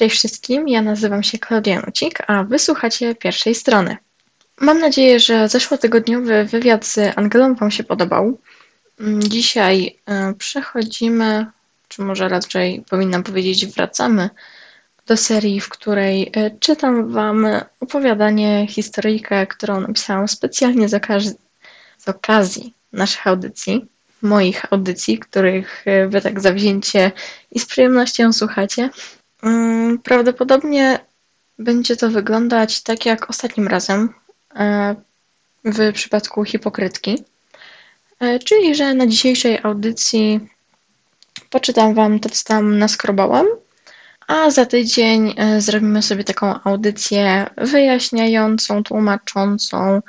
Cześć wszystkim, ja nazywam się Klaudia Nucik, a wysłuchacie pierwszej strony. Mam nadzieję, że zeszłotygodniowy wywiad z Angelą Wam się podobał. Dzisiaj przechodzimy, czy może raczej powinnam powiedzieć wracamy do serii, w której czytam Wam opowiadanie, historyjkę, którą napisałam specjalnie z okazji naszych audycji, moich audycji, których Wy tak zawzięcie i z przyjemnością słuchacie. Prawdopodobnie będzie to wyglądać tak jak ostatnim razem w przypadku hipokrytki, czyli że na dzisiejszej audycji poczytam Wam to, co tam naskrobałam, a za tydzień zrobimy sobie taką audycję wyjaśniającą, tłumaczącą,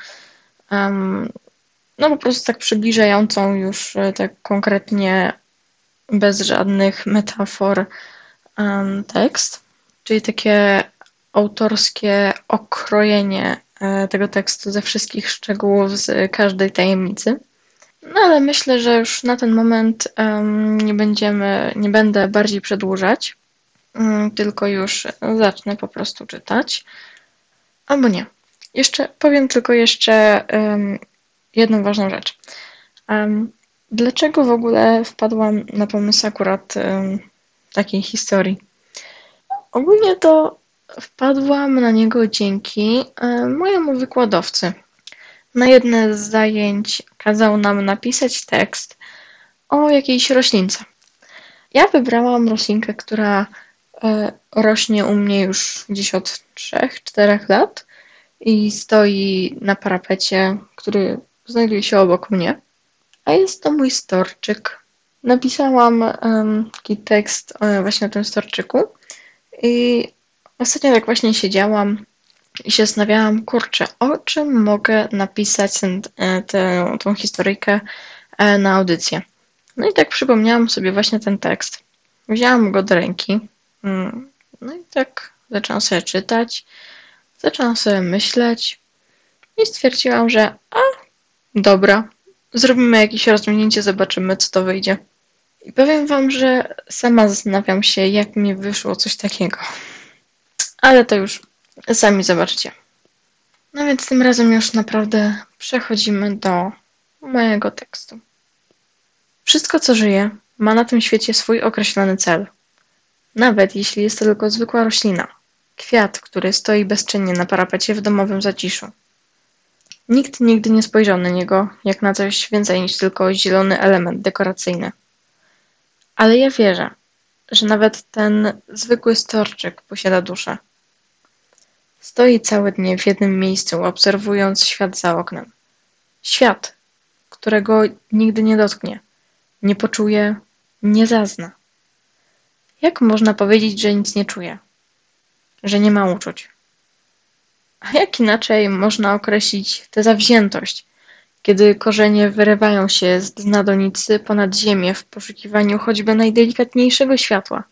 no po prostu tak przybliżającą już tak konkretnie, bez żadnych metafor tekst, czyli takie autorskie okrojenie tego tekstu ze wszystkich szczegółów, z każdej tajemnicy. No ale myślę, że już na ten moment nie będę bardziej przedłużać, tylko już zacznę po prostu czytać. Albo nie. Powiem tylko jeszcze jedną ważną rzecz. Dlaczego w ogóle wpadłam na pomysł akurat takiej historii? Ogólnie to wpadłam na niego dzięki mojemu wykładowcy. Na jedne z zajęć kazał nam napisać tekst o jakiejś roślince. Ja wybrałam roślinkę, która rośnie u mnie już gdzieś od 3-4 lat i stoi na parapecie, który znajduje się obok mnie. A jest to mój storczyk. Napisałam taki tekst właśnie o tym storczyku i ostatnio tak właśnie siedziałam i się zastanawiałam, kurczę, o czym mogę napisać tą historyjkę na audycję. No i tak przypomniałam sobie właśnie ten tekst. Wzięłam go do ręki, no i tak zaczęłam sobie czytać, zaczęłam sobie myśleć i stwierdziłam, że dobra, zrobimy jakieś rozwinięcie, zobaczymy, co to wyjdzie. I powiem Wam, że sama zastanawiam się, jak mi wyszło coś takiego. Ale to już sami zobaczycie. No więc tym razem już naprawdę przechodzimy do mojego tekstu. Wszystko, co żyje, ma na tym świecie swój określony cel. Nawet jeśli jest to tylko zwykła roślina, kwiat, który stoi bezczynnie na parapecie w domowym zaciszu. Nikt nigdy nie spojrzał na niego jak na coś więcej niż tylko zielony element dekoracyjny. Ale ja wierzę, że nawet ten zwykły storczyk posiada duszę. Stoi całe dnie w jednym miejscu, obserwując świat za oknem. Świat, którego nigdy nie dotknie, nie poczuje, nie zazna. Jak można powiedzieć, że nic nie czuje? Że nie ma uczuć? A jak inaczej można określić tę zawziętość, kiedy korzenie wyrywają się z dna donicy ponad ziemię w poszukiwaniu choćby najdelikatniejszego światła?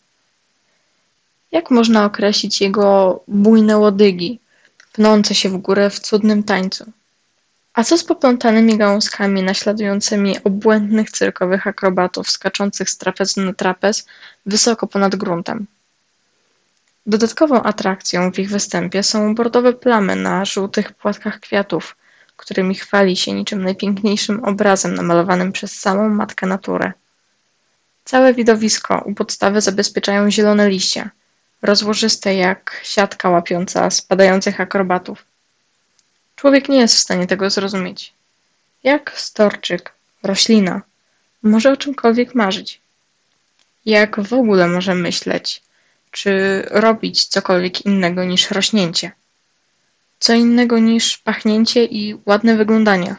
Jak można określić jego bujne łodygi, pnące się w górę w cudnym tańcu? A co z poplątanymi gałązkami naśladującymi obłędnych cyrkowych akrobatów skaczących z trapezu na trapez wysoko ponad gruntem? Dodatkową atrakcją w ich występie są bordowe plamy na żółtych płatkach kwiatów, którymi chwali się niczym najpiękniejszym obrazem namalowanym przez samą matkę naturę. Całe widowisko u podstawy zabezpieczają zielone liście, rozłożyste jak siatka łapiąca spadających akrobatów. Człowiek nie jest w stanie tego zrozumieć. Jak storczyk, roślina, może o czymkolwiek marzyć? Jak w ogóle może myśleć, czy robić cokolwiek innego niż rośnięcie? Co innego niż pachnięcie i ładne wyglądanie?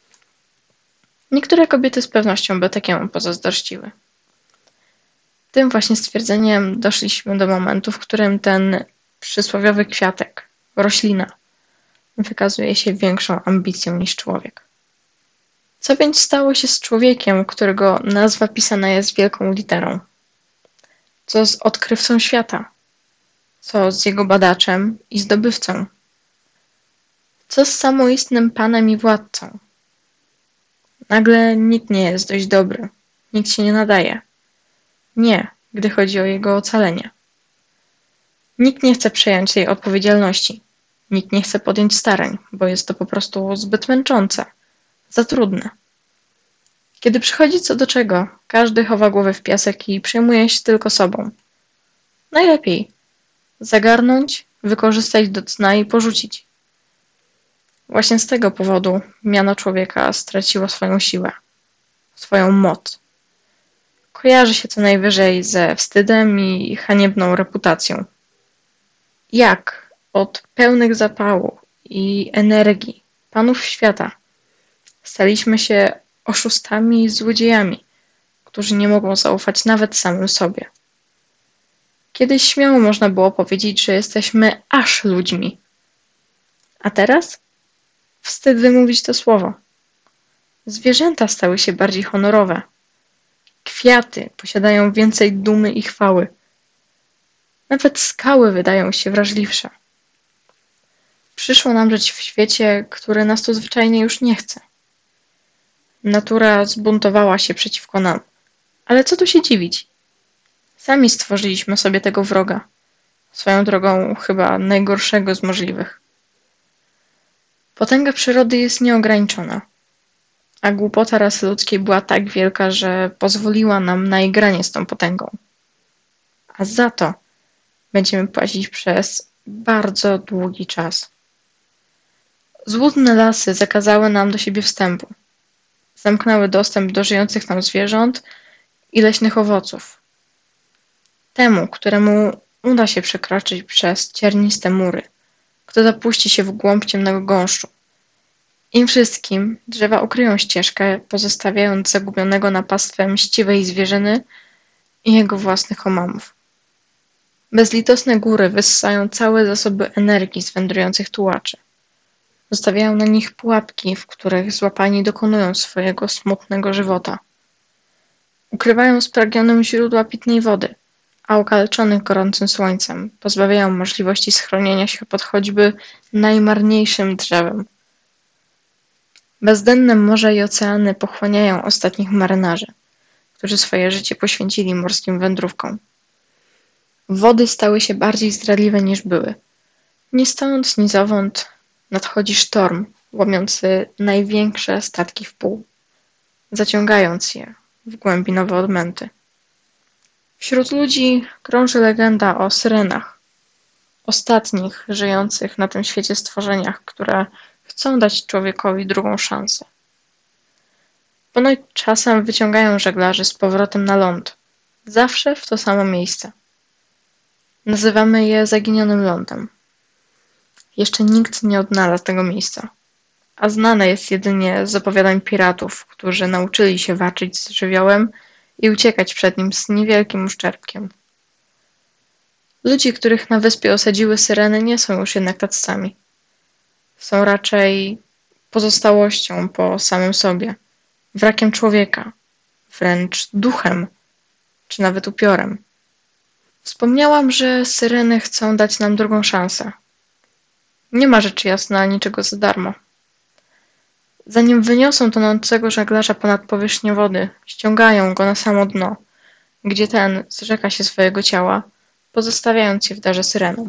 Niektóre kobiety z pewnością by takiemu pozazdrościły. Tym właśnie stwierdzeniem doszliśmy do momentu, w którym ten przysłowiowy kwiatek, roślina, wykazuje się większą ambicją niż człowiek. Co więc stało się z człowiekiem, którego nazwa pisana jest wielką literą? Co z odkrywcą świata? Co z jego badaczem i zdobywcą? Co z samoistnym panem i władcą? Nagle nikt nie jest dość dobry, nikt się nie nadaje. Nie, gdy chodzi o jego ocalenie. Nikt nie chce przejąć tej odpowiedzialności. Nikt nie chce podjąć starań, bo jest to po prostu zbyt męczące, za trudne. Kiedy przychodzi co do czego, każdy chowa głowę w piasek i przejmuje się tylko sobą. Najlepiej zagarnąć, wykorzystać do cna i porzucić. Właśnie z tego powodu miano człowieka straciło swoją siłę, swoją moc. Kojarzy się co najwyżej ze wstydem i haniebną reputacją. Jak od pełnych zapału i energii panów świata staliśmy się oszustami i złodziejami, którzy nie mogą zaufać nawet samym sobie. Kiedyś śmiało można było powiedzieć, że jesteśmy aż ludźmi. A teraz? Wstyd wymówić to słowo. Zwierzęta stały się bardziej honorowe. Kwiaty posiadają więcej dumy i chwały. Nawet skały wydają się wrażliwsze. Przyszło nam żyć w świecie, który nas tu zwyczajnie już nie chce. Natura zbuntowała się przeciwko nam. Ale co tu się dziwić? Sami stworzyliśmy sobie tego wroga. Swoją drogą chyba najgorszego z możliwych. Potęga przyrody jest nieograniczona, a głupota rasy ludzkiej była tak wielka, że pozwoliła nam na igranie z tą potęgą. A za to będziemy płacić przez bardzo długi czas. Złudne lasy zakazały nam do siebie wstępu. Zamknęły dostęp do żyjących tam zwierząt i leśnych owoców. Temu, któremu uda się przekroczyć przez cierniste mury, kto zapuści się w głąb ciemnego gąszczu. Im wszystkim drzewa ukryją ścieżkę, pozostawiając zagubionego na pastwę mściwej zwierzyny i jego własnych omamów. Bezlitosne góry wyssają całe zasoby energii z wędrujących tułaczy. Zostawiają na nich pułapki, w których złapani dokonują swojego smutnego żywota. Ukrywają spragnionym źródła pitnej wody, a okaleczonych gorącym słońcem pozbawiają możliwości schronienia się pod choćby najmarniejszym drzewem. Bezdenne morza i oceany pochłaniają ostatnich marynarzy, którzy swoje życie poświęcili morskim wędrówkom. Wody stały się bardziej zdradliwe niż były. Ni stąd, ni zowąd nadchodzi sztorm, łomiący największe statki w pół, zaciągając je w głębi nowe odmęty. Wśród ludzi krąży legenda o syrenach, ostatnich żyjących na tym świecie stworzeniach, które chcą dać człowiekowi drugą szansę. Ponoć czasem wyciągają żeglarzy z powrotem na ląd, zawsze w to samo miejsce. Nazywamy je zaginionym lądem. Jeszcze nikt nie odnalazł tego miejsca, a znane jest jedynie z opowiadań piratów, którzy nauczyli się walczyć z żywiołem i uciekać przed nim z niewielkim uszczerbkiem. Ludzie, których na wyspie osadziły syreny, nie są już jednak tacy sami. Są raczej pozostałością po samym sobie, wrakiem człowieka, wręcz duchem, czy nawet upiorem. Wspomniałam, że syreny chcą dać nam drugą szansę. Nie ma rzecz jasna niczego za darmo. Zanim wyniosą tonącego żeglarza ponad powierzchnię wody, ściągają go na samo dno, gdzie ten zrzeka się swojego ciała, pozostawiając je w darze syrenom.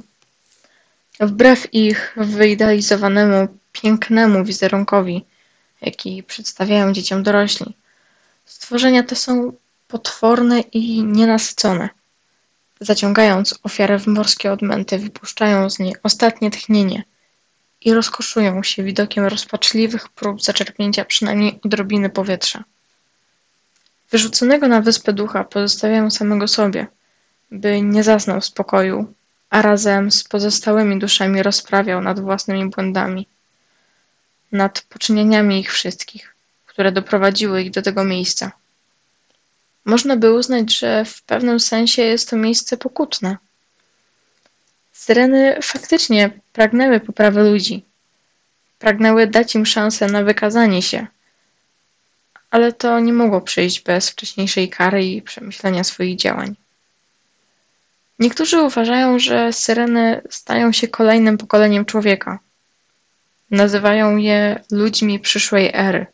Wbrew ich wyidealizowanemu, pięknemu wizerunkowi, jaki przedstawiają dzieciom dorośli, stworzenia te są potworne i nienasycone. Zaciągając ofiarę w morskie odmęty, wypuszczają z niej ostatnie tchnienie i rozkoszują się widokiem rozpaczliwych prób zaczerpnięcia przynajmniej odrobiny powietrza. Wyrzuconego na wyspę ducha pozostawiają samego sobie, by nie zaznał spokoju, a razem z pozostałymi duszami rozprawiał nad własnymi błędami, nad poczynieniami ich wszystkich, które doprowadziły ich do tego miejsca. Można by uznać, że w pewnym sensie jest to miejsce pokutne. Syreny faktycznie pragnęły poprawy ludzi. Pragnęły dać im szansę na wykazanie się. Ale to nie mogło przyjść bez wcześniejszej kary i przemyślenia swoich działań. Niektórzy uważają, że syreny stają się kolejnym pokoleniem człowieka. Nazywają je ludźmi przyszłej ery.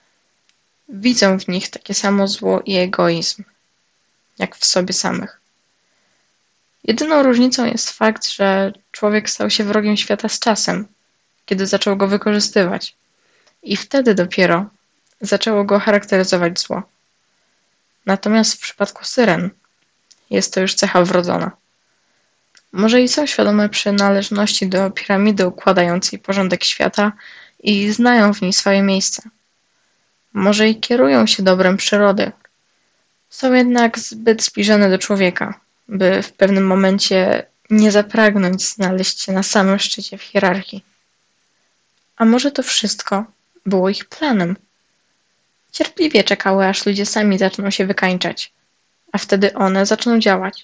Widzą w nich takie samo zło i egoizm, jak w sobie samych. Jedyną różnicą jest fakt, że człowiek stał się wrogiem świata z czasem, kiedy zaczął go wykorzystywać. I wtedy dopiero zaczęło go charakteryzować zło. Natomiast w przypadku syren jest to już cecha wrodzona. Może i są świadome przynależności do piramidy układającej porządek świata i znają w niej swoje miejsce. Może i kierują się dobrem przyrody. Są jednak zbyt zbliżone do człowieka, by w pewnym momencie nie zapragnąć znaleźć się na samym szczycie w hierarchii. A może to wszystko było ich planem? Cierpliwie czekały, aż ludzie sami zaczną się wykańczać, a wtedy one zaczną działać.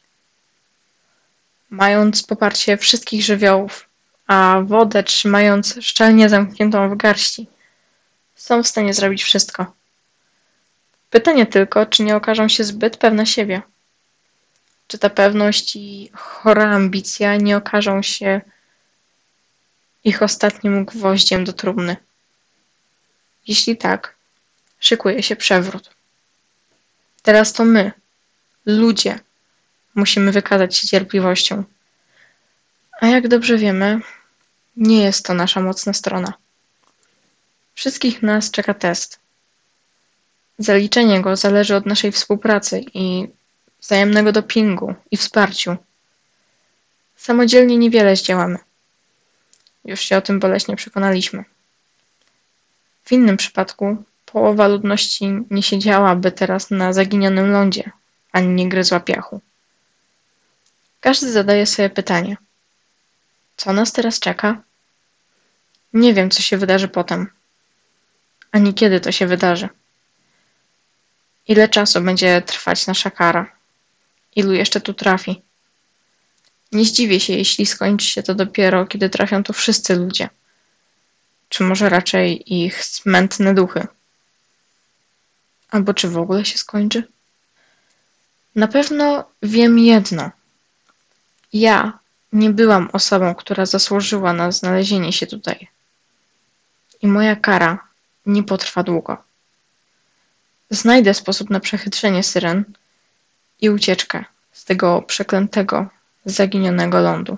Mając poparcie wszystkich żywiołów, a wodę trzymając szczelnie zamkniętą w garści, są w stanie zrobić wszystko. Pytanie tylko, czy nie okażą się zbyt pewne siebie. Czy ta pewność i chora ambicja nie okażą się ich ostatnim gwoździem do trumny. Jeśli tak, szykuje się przewrót. Teraz to my, ludzie, musimy wykazać się cierpliwością. A jak dobrze wiemy, nie jest to nasza mocna strona. Wszystkich nas czeka test. Zaliczenie go zależy od naszej współpracy i wzajemnego dopingu i wsparciu. Samodzielnie niewiele zdziałamy. Już się o tym boleśnie przekonaliśmy. W innym przypadku połowa ludności nie siedziałaby teraz na zaginionym lądzie, ani nie gryzła piachu. Każdy zadaje sobie pytanie. Co nas teraz czeka? Nie wiem, co się wydarzy potem, ani kiedy to się wydarzy. Ile czasu będzie trwać nasza kara? Ilu jeszcze tu trafi? Nie zdziwię się, jeśli skończy się to dopiero, kiedy trafią tu wszyscy ludzie. Czy może raczej ich smętne duchy? Albo czy w ogóle się skończy? Na pewno wiem jedno. Ja nie byłam osobą, która zasłużyła na znalezienie się tutaj. I moja kara nie potrwa długo. Znajdę sposób na przechytrzenie syren i ucieczkę z tego przeklętego, zaginionego lądu.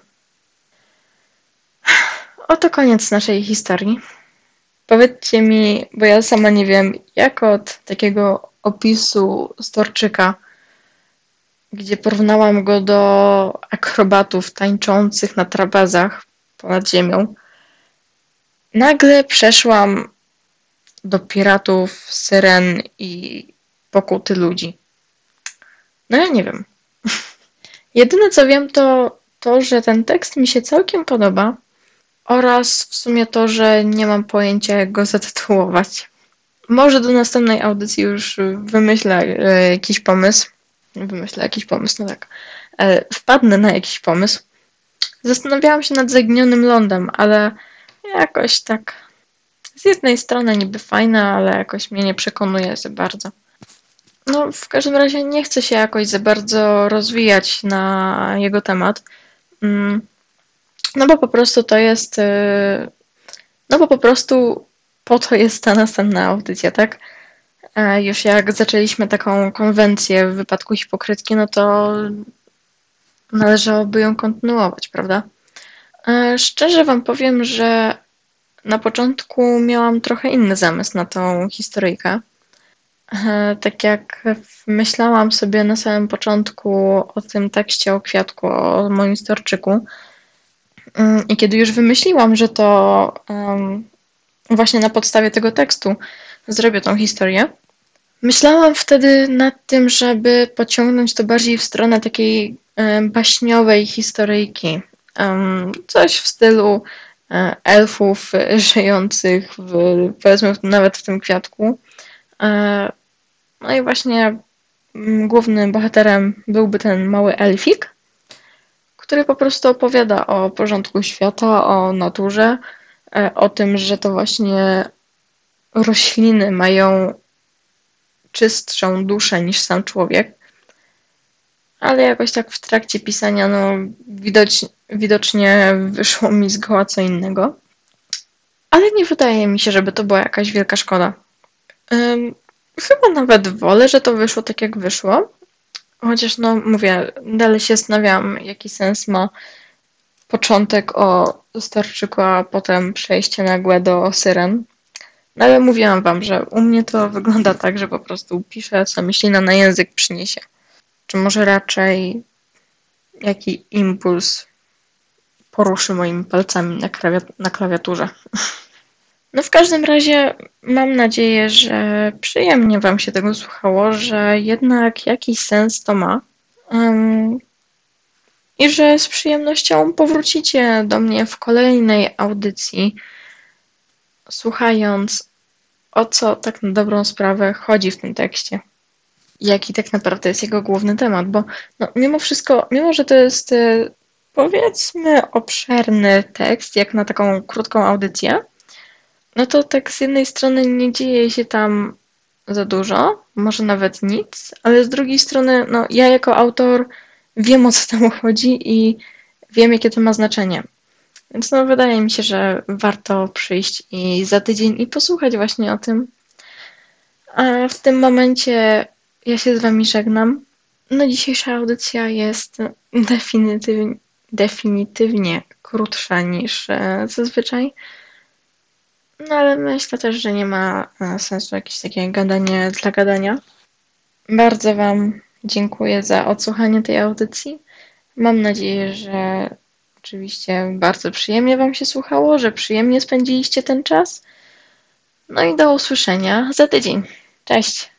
Oto koniec naszej historii. Powiedzcie mi, bo ja sama nie wiem, jak od takiego opisu Storczyka, gdzie porównałam go do akrobatów tańczących na trapezach ponad ziemią, nagle przeszłam do piratów, syren i pokuty ludzi. No ja nie wiem. Jedyne co wiem to, że ten tekst mi się całkiem podoba oraz w sumie to, że nie mam pojęcia jak go zatytułować. Może do następnej audycji już wymyślę jakiś pomysł. No tak. Wpadnę na jakiś pomysł. Zastanawiałam się nad zaginionym lądem, ale jakoś tak z jednej strony niby fajne, ale jakoś mnie nie przekonuje za bardzo. No, w każdym razie nie chcę się jakoś za bardzo rozwijać na jego temat. No bo po prostu to jest... No bo po prostu po to jest ta następna audycja, tak? Już jak zaczęliśmy taką konwencję w wypadku hipokrytki, no to należałoby ją kontynuować, prawda? Szczerze wam powiem, że na początku miałam trochę inny zamysł na tą historyjkę. Tak jak myślałam sobie na samym początku o tym tekście o kwiatku, o moim storczyku i kiedy już wymyśliłam, że to właśnie na podstawie tego tekstu zrobię tą historię, myślałam wtedy nad tym, żeby pociągnąć to bardziej w stronę takiej baśniowej historyjki. Coś w stylu elfów żyjących powiedzmy nawet w tym kwiatku. No i właśnie głównym bohaterem byłby ten mały elfik, który po prostu opowiada o porządku świata, o naturze, o tym, że to właśnie rośliny mają czystszą duszę niż sam człowiek. Ale jakoś tak w trakcie pisania no, widocznie wyszło mi zgoła co innego. Ale nie wydaje mi się, żeby to była jakaś wielka szkoda. Chyba nawet wolę, że to wyszło tak jak wyszło. Chociaż no mówię, dalej się zastanawiam, jaki sens ma początek o Starczyku, a potem przejście nagłe do Syren. No ale mówiłam wam, że u mnie to wygląda tak, że po prostu piszę, co myślina na język przyniesie. Czy może raczej jaki impuls poruszy moimi palcami na klawiaturze. No w każdym razie mam nadzieję, że przyjemnie wam się tego słuchało, że jednak jakiś sens to ma. I że z przyjemnością powrócicie do mnie w kolejnej audycji, słuchając, o co tak na dobrą sprawę chodzi w tym tekście. Jaki tak naprawdę jest jego główny temat, bo no, mimo wszystko, mimo że to jest powiedzmy obszerny tekst, jak na taką krótką audycję, no to tak z jednej strony nie dzieje się tam za dużo, może nawet nic, ale z drugiej strony, no ja jako autor wiem, o co tam chodzi i wiem, jakie to ma znaczenie. Więc no wydaje mi się, że warto przyjść i za tydzień i posłuchać właśnie o tym. A w tym momencie ja się z wami żegnam. No dzisiejsza audycja jest definitywnie krótsza niż zazwyczaj. No ale myślę też, że nie ma sensu jakieś takie gadanie dla gadania. Bardzo wam dziękuję za odsłuchanie tej audycji. Mam nadzieję, że oczywiście bardzo przyjemnie wam się słuchało, że przyjemnie spędziliście ten czas. No i do usłyszenia za tydzień. Cześć!